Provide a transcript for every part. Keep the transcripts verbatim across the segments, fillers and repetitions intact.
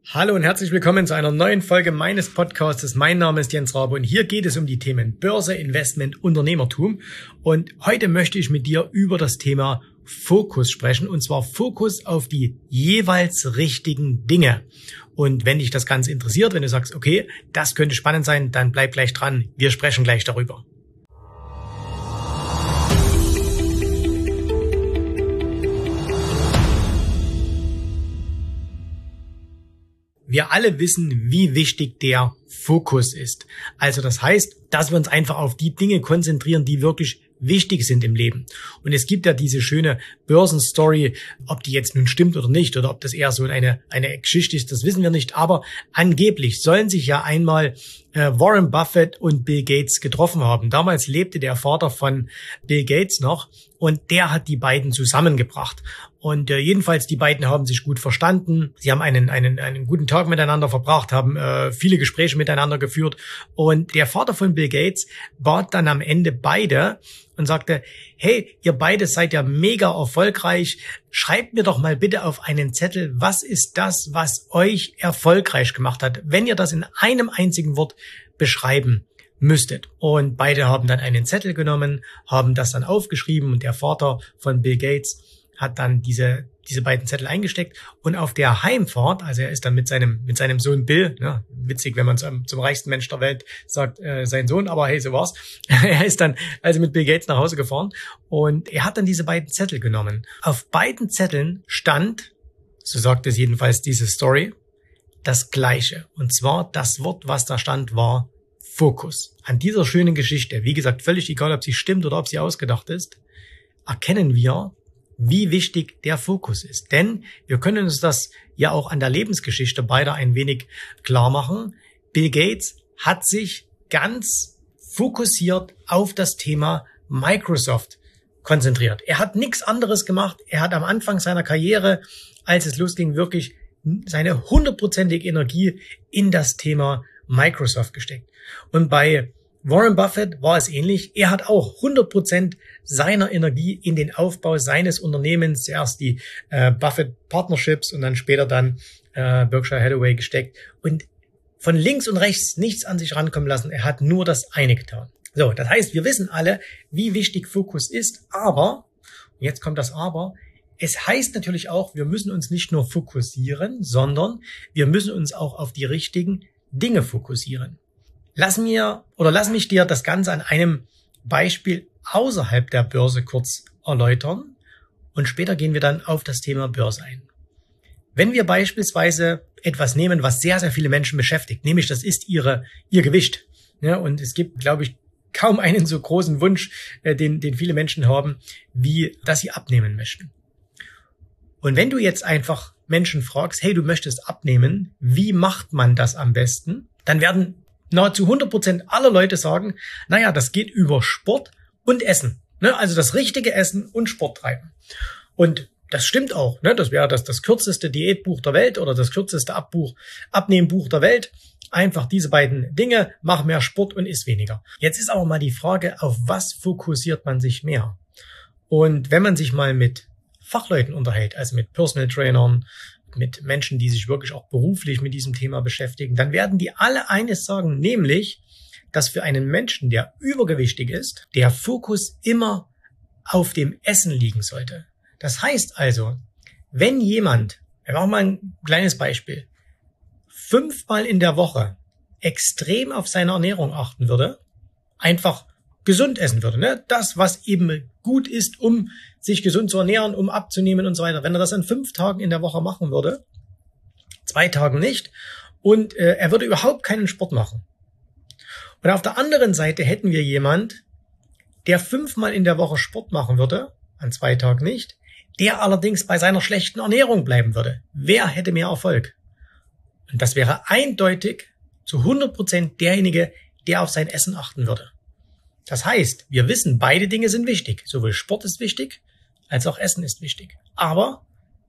Hallo und herzlich willkommen zu einer neuen Folge meines Podcasts. Mein Name ist Jens Rabe und hier geht es um die Themen Börse, Investment, Unternehmertum. Und heute möchte ich mit dir über das Thema Fokus sprechen, und zwar Fokus auf die jeweils richtigen Dinge. Und wenn dich das Ganze interessiert, wenn du sagst, okay, das könnte spannend sein, dann bleib gleich dran. Wir sprechen gleich darüber. Wir alle wissen, wie wichtig der Fokus ist. Also das heißt, dass wir uns einfach auf die Dinge konzentrieren, die wirklich wichtig sind im Leben. Und es gibt ja diese schöne Börsenstory, ob die jetzt nun stimmt oder nicht, oder ob das eher so eine, eine Geschichte ist, das wissen wir nicht. Aber angeblich sollen sich ja einmal äh, Warren Buffett und Bill Gates getroffen haben. Damals lebte der Vater von Bill Gates noch und der hat die beiden zusammengebracht. Und äh, jedenfalls, die beiden haben sich gut verstanden. Sie haben einen einen einen guten Tag miteinander verbracht, haben äh, viele Gespräche miteinander geführt. Und der Vater von Bill Gates bat dann am Ende beide und sagte, hey, ihr beide seid ja mega erfolgreich. Schreibt mir doch mal bitte auf einen Zettel, was ist das, was euch erfolgreich gemacht hat, wenn ihr das in einem einzigen Wort beschreiben müsstet. Und beide haben dann einen Zettel genommen, haben das dann aufgeschrieben und der Vater von Bill Gates hat dann diese diese beiden Zettel eingesteckt und auf der Heimfahrt, also er ist dann mit seinem mit seinem Sohn Bill, ja, witzig, wenn man zum, zum reichsten Mensch der Welt sagt, äh, sein Sohn, aber hey, so war's. Er ist dann also mit Bill Gates nach Hause gefahren und er hat dann diese beiden Zettel genommen. Auf beiden Zetteln stand, so sagt es jedenfalls diese Story, das Gleiche. Und zwar das Wort, was da stand, war Fokus. An dieser schönen Geschichte, wie gesagt, völlig egal, ob sie stimmt oder ob sie ausgedacht ist, erkennen wir, wie wichtig der Fokus ist. Denn wir können uns das ja auch an der Lebensgeschichte beider ein wenig klar machen. Bill Gates hat sich ganz fokussiert auf das Thema Microsoft konzentriert. Er hat nichts anderes gemacht. Er hat am Anfang seiner Karriere, als es losging, wirklich seine hundertprozentige Energie in das Thema Microsoft gesteckt. Und bei Warren Buffett war es ähnlich. Er hat auch hundert Prozent seiner Energie in den Aufbau seines Unternehmens, zuerst die äh, Buffett Partnerships und dann später dann äh, Berkshire Hathaway gesteckt und von links und rechts nichts an sich rankommen lassen. Er hat nur das eine getan. So, das heißt, wir wissen alle, wie wichtig Fokus ist, aber, und jetzt kommt das Aber, es heißt natürlich auch, wir müssen uns nicht nur fokussieren, sondern wir müssen uns auch auf die richtigen Dinge fokussieren. Lass mir oder lass mich dir das Ganze an einem Beispiel außerhalb der Börse kurz erläutern und später gehen wir dann auf das Thema Börse ein. Wenn wir beispielsweise etwas nehmen, was sehr, sehr viele Menschen beschäftigt, nämlich das ist ihre ihr Gewicht. Ja, und es gibt, glaube ich, kaum einen so großen Wunsch, äh, den, den viele Menschen haben, wie dass sie abnehmen möchten. Und wenn du jetzt einfach Menschen fragst, hey, du möchtest abnehmen, wie macht man das am besten? Dann werden nahezu hundert Prozent aller Leute sagen, naja, das geht über Sport und Essen. Ne? Also das richtige Essen und Sport treiben. Und das stimmt auch. Ne? Das wäre das, das kürzeste Diätbuch der Welt oder das kürzeste Abbuch, Abnehmbuch der Welt. Einfach diese beiden Dinge, mach mehr Sport und iss weniger. Jetzt ist aber mal die Frage, auf was fokussiert man sich mehr? Und wenn man sich mal mit Fachleuten unterhält, also mit Personal Trainern, mit Menschen, die sich wirklich auch beruflich mit diesem Thema beschäftigen, dann werden die alle eines sagen, nämlich, dass für einen Menschen, der übergewichtig ist, der Fokus immer auf dem Essen liegen sollte. Das heißt also, wenn jemand, wir machen mal ein kleines Beispiel, fünfmal in der Woche extrem auf seine Ernährung achten würde, einfach gesund essen würde, ne? Das, was eben gut ist, um sich gesund zu ernähren, um abzunehmen und so weiter. Wenn er das an fünf Tagen in der Woche machen würde, zwei Tagen nicht, und äh, er würde überhaupt keinen Sport machen. Und auf der anderen Seite hätten wir jemand, der fünfmal in der Woche Sport machen würde, an zwei Tagen nicht, der allerdings bei seiner schlechten Ernährung bleiben würde. Wer hätte mehr Erfolg? Und das wäre eindeutig zu hundert Prozent derjenige, der auf sein Essen achten würde. Das heißt, wir wissen, beide Dinge sind wichtig. Sowohl Sport ist wichtig, als auch Essen ist wichtig. Aber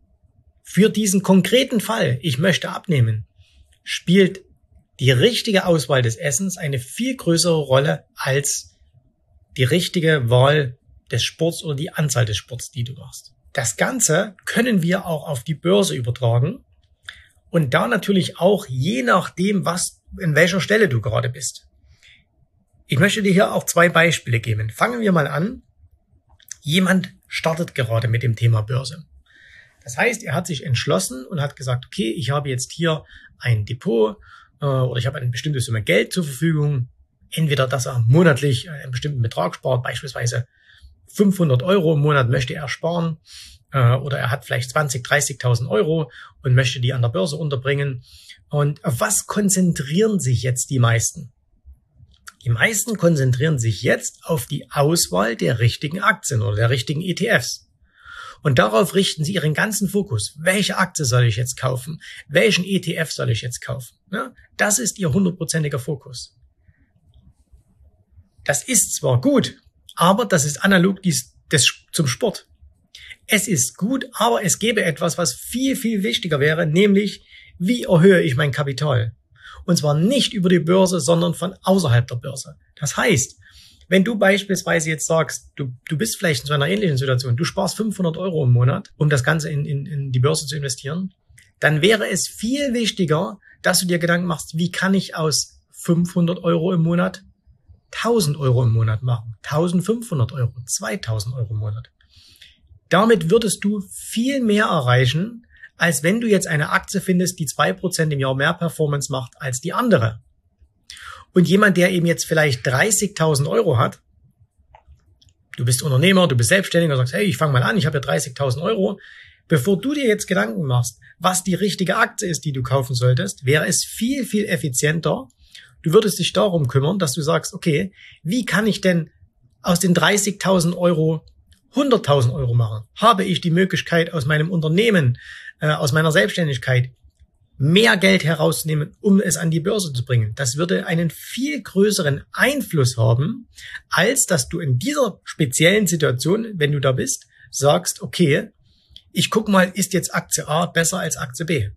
für diesen konkreten Fall, ich möchte abnehmen, spielt die richtige Auswahl des Essens eine viel größere Rolle als die richtige Wahl des Sports oder die Anzahl des Sports, die du machst. Das Ganze können wir auch auf die Börse übertragen. Und da natürlich auch je nachdem, was, in welcher Stelle du gerade bist. Ich möchte dir hier auch zwei Beispiele geben. Fangen wir mal an. Jemand startet gerade mit dem Thema Börse. Das heißt, er hat sich entschlossen und hat gesagt, okay, ich habe jetzt hier ein Depot äh, oder ich habe eine bestimmte Summe Geld zur Verfügung. Entweder, dass er monatlich einen bestimmten Betrag spart, beispielsweise fünfhundert Euro im Monat möchte er sparen, äh, oder er hat vielleicht zwanzig, dreißigtausend Euro und möchte die an der Börse unterbringen. Und auf was konzentrieren sich jetzt die meisten? Die meisten konzentrieren sich jetzt auf die Auswahl der richtigen Aktien oder der richtigen E T Fs. Und darauf richten sie ihren ganzen Fokus. Welche Aktie soll ich jetzt kaufen? Welchen E T F soll ich jetzt kaufen? Ja, das ist ihr hundertprozentiger Fokus. Das ist zwar gut, aber das ist analog dies, des, zum Sport. Es ist gut, aber es gäbe etwas, was viel, viel wichtiger wäre, nämlich, wie erhöhe ich mein Kapital? Und zwar nicht über die Börse, sondern von außerhalb der Börse. Das heißt, wenn du beispielsweise jetzt sagst, du, du bist vielleicht in so einer ähnlichen Situation, du sparst fünfhundert Euro im Monat, um das Ganze in, in, in die Börse zu investieren, dann wäre es viel wichtiger, dass du dir Gedanken machst, wie kann ich aus fünfhundert Euro im Monat tausend Euro im Monat machen, eintausendfünfhundert Euro, zweitausend Euro im Monat. Damit würdest du viel mehr erreichen, als wenn du jetzt eine Aktie findest, die zwei Prozent im Jahr mehr Performance macht als die andere. Und jemand, der eben jetzt vielleicht dreißigtausend Euro hat, du bist Unternehmer, du bist Selbstständiger, sagst, hey, ich fange mal an, ich habe ja dreißigtausend Euro. Bevor du dir jetzt Gedanken machst, was die richtige Aktie ist, die du kaufen solltest, wäre es viel, viel effizienter. Du würdest dich darum kümmern, dass du sagst, okay, wie kann ich denn aus den dreißigtausend Euro hunderttausend Euro machen? Habe ich die Möglichkeit, aus meinem Unternehmen, äh, aus meiner Selbstständigkeit mehr Geld herauszunehmen, um es an die Börse zu bringen? Das würde einen viel größeren Einfluss haben, als dass du in dieser speziellen Situation, wenn du da bist, sagst, okay, ich guck mal, ist jetzt Aktie A besser als Aktie B?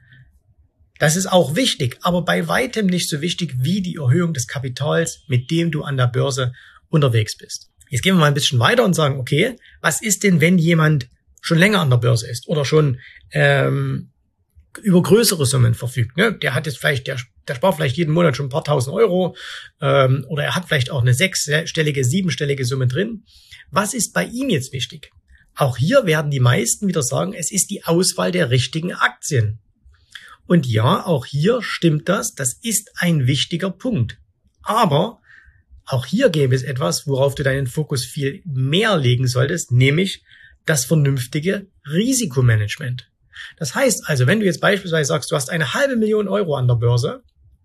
Das ist auch wichtig, aber bei weitem nicht so wichtig wie die Erhöhung des Kapitals, mit dem du an der Börse unterwegs bist. Jetzt gehen wir mal ein bisschen weiter und sagen, okay, was ist denn, wenn jemand schon länger an der Börse ist oder schon ähm, über größere Summen verfügt? Ne? Der hat jetzt vielleicht, der, der spart vielleicht jeden Monat schon ein paar tausend Euro ähm, oder er hat vielleicht auch eine sechsstellige, siebenstellige Summe drin. Was ist bei ihm jetzt wichtig? Auch hier werden die meisten wieder sagen, es ist die Auswahl der richtigen Aktien. Und ja, auch hier stimmt das, das ist ein wichtiger Punkt. Aber auch hier gäbe es etwas, worauf du deinen Fokus viel mehr legen solltest, nämlich das vernünftige Risikomanagement. Das heißt also, wenn du jetzt beispielsweise sagst, du hast eine halbe Million Euro an der Börse,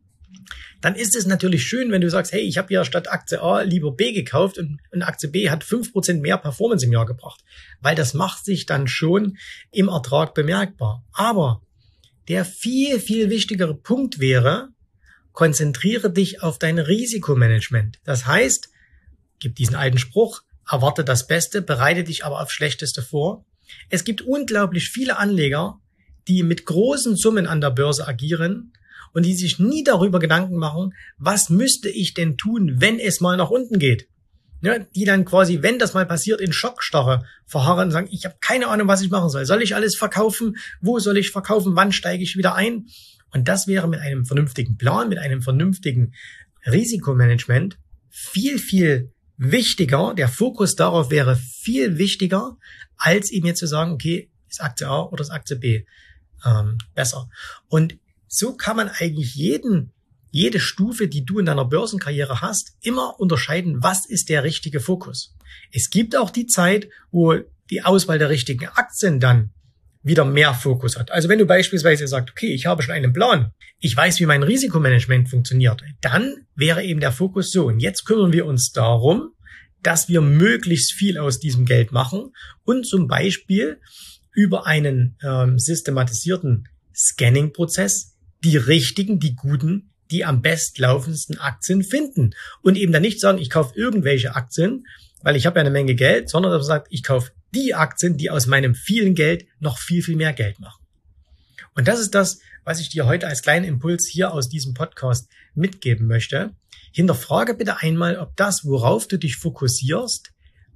dann ist es natürlich schön, wenn du sagst, hey, ich habe ja statt Aktie A lieber B gekauft und, und Aktie B hat fünf Prozent mehr Performance im Jahr gebracht, weil das macht sich dann schon im Ertrag bemerkbar. Aber der viel, viel wichtigere Punkt wäre, konzentriere dich auf dein Risikomanagement. Das heißt, gib diesen alten Spruch, erwarte das Beste, bereite dich aber auf Schlechteste vor. Es gibt unglaublich viele Anleger, die mit großen Summen an der Börse agieren und die sich nie darüber Gedanken machen, was müsste ich denn tun, wenn es mal nach unten geht. Ja, die dann quasi, wenn das mal passiert, in Schockstarre verharren und sagen, ich habe keine Ahnung, was ich machen soll. Soll ich alles verkaufen? Wo soll ich verkaufen? Wann steige ich wieder ein? Und das wäre mit einem vernünftigen Plan, mit einem vernünftigen Risikomanagement viel, viel wichtiger. Der Fokus darauf wäre viel wichtiger, als eben jetzt zu sagen, okay, ist Aktie A oder ist Aktie B ähm, besser. Und so kann man eigentlich jeden jede Stufe, die du in deiner Börsenkarriere hast, immer unterscheiden, was ist der richtige Fokus. Es gibt auch die Zeit, wo die Auswahl der richtigen Aktien dann wieder mehr Fokus hat. Also wenn du beispielsweise sagst, okay, ich habe schon einen Plan, ich weiß, wie mein Risikomanagement funktioniert, dann wäre eben der Fokus so. Und jetzt kümmern wir uns darum, dass wir möglichst viel aus diesem Geld machen und zum Beispiel über einen ähm, systematisierten Scanning-Prozess die richtigen, die guten, die am bestlaufendsten Aktien finden. Und eben dann nicht sagen, ich kaufe irgendwelche Aktien, weil ich habe ja eine Menge Geld, sondern dass man sagt, ich kaufe die Aktien, die aus meinem vielen Geld noch viel, viel mehr Geld machen. Und das ist das, was ich dir heute als kleinen Impuls hier aus diesem Podcast mitgeben möchte. Hinterfrage bitte einmal, ob das, worauf du dich fokussierst,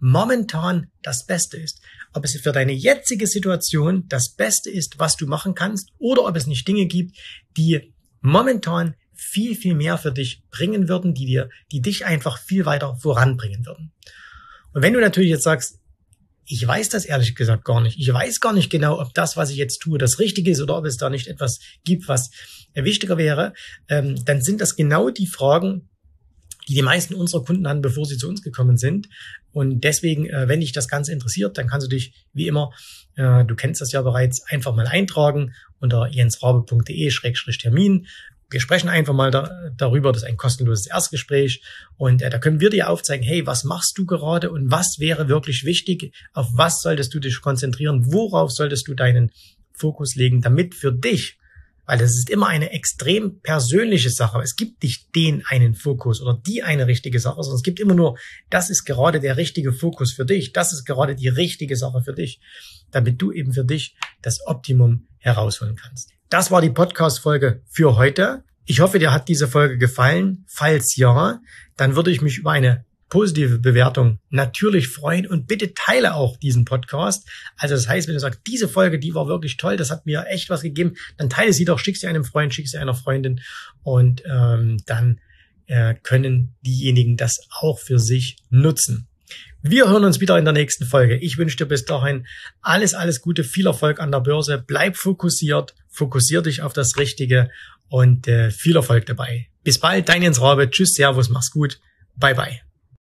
momentan das Beste ist. Ob es für deine jetzige Situation das Beste ist, was du machen kannst, oder ob es nicht Dinge gibt, die momentan viel, viel mehr für dich bringen würden, die dir, die dich einfach viel weiter voranbringen würden. Und wenn du natürlich jetzt sagst, ich weiß das ehrlich gesagt gar nicht. Ich weiß gar nicht genau, ob das, was ich jetzt tue, das Richtige ist oder ob es da nicht etwas gibt, was wichtiger wäre, ähm, dann sind das genau die Fragen, die die meisten unserer Kunden hatten, bevor sie zu uns gekommen sind. Und deswegen, äh, wenn dich das Ganze interessiert, dann kannst du dich wie immer, äh, du kennst das ja bereits, einfach mal eintragen unter jensrabe punkt de Schrägstrich Termin. Wir sprechen einfach mal da, darüber, das ist ein kostenloses Erstgespräch und äh, da können wir dir aufzeigen, hey, was machst du gerade und was wäre wirklich wichtig, auf was solltest du dich konzentrieren, worauf solltest du deinen Fokus legen, damit für dich, weil das ist immer eine extrem persönliche Sache, es gibt nicht den einen Fokus oder die eine richtige Sache, sondern es gibt immer nur, das ist gerade der richtige Fokus für dich, das ist gerade die richtige Sache für dich, damit du eben für dich das Optimum herausholen kannst. Das war die Podcast-Folge für heute. Ich hoffe, dir hat diese Folge gefallen. Falls ja, dann würde ich mich über eine positive Bewertung natürlich freuen und bitte teile auch diesen Podcast. Also das heißt, wenn du sagst, diese Folge, die war wirklich toll, das hat mir echt was gegeben, dann teile sie doch, schick sie einem Freund, schick sie einer Freundin und ähm, dann äh, können diejenigen das auch für sich nutzen. Wir hören uns wieder in der nächsten Folge. Ich wünsche dir bis dahin alles, alles Gute, viel Erfolg an der Börse. Bleib fokussiert, fokussier dich auf das Richtige und äh, viel Erfolg dabei. Bis bald, dein Jens Rabe. Tschüss, Servus, mach's gut. Bye, bye.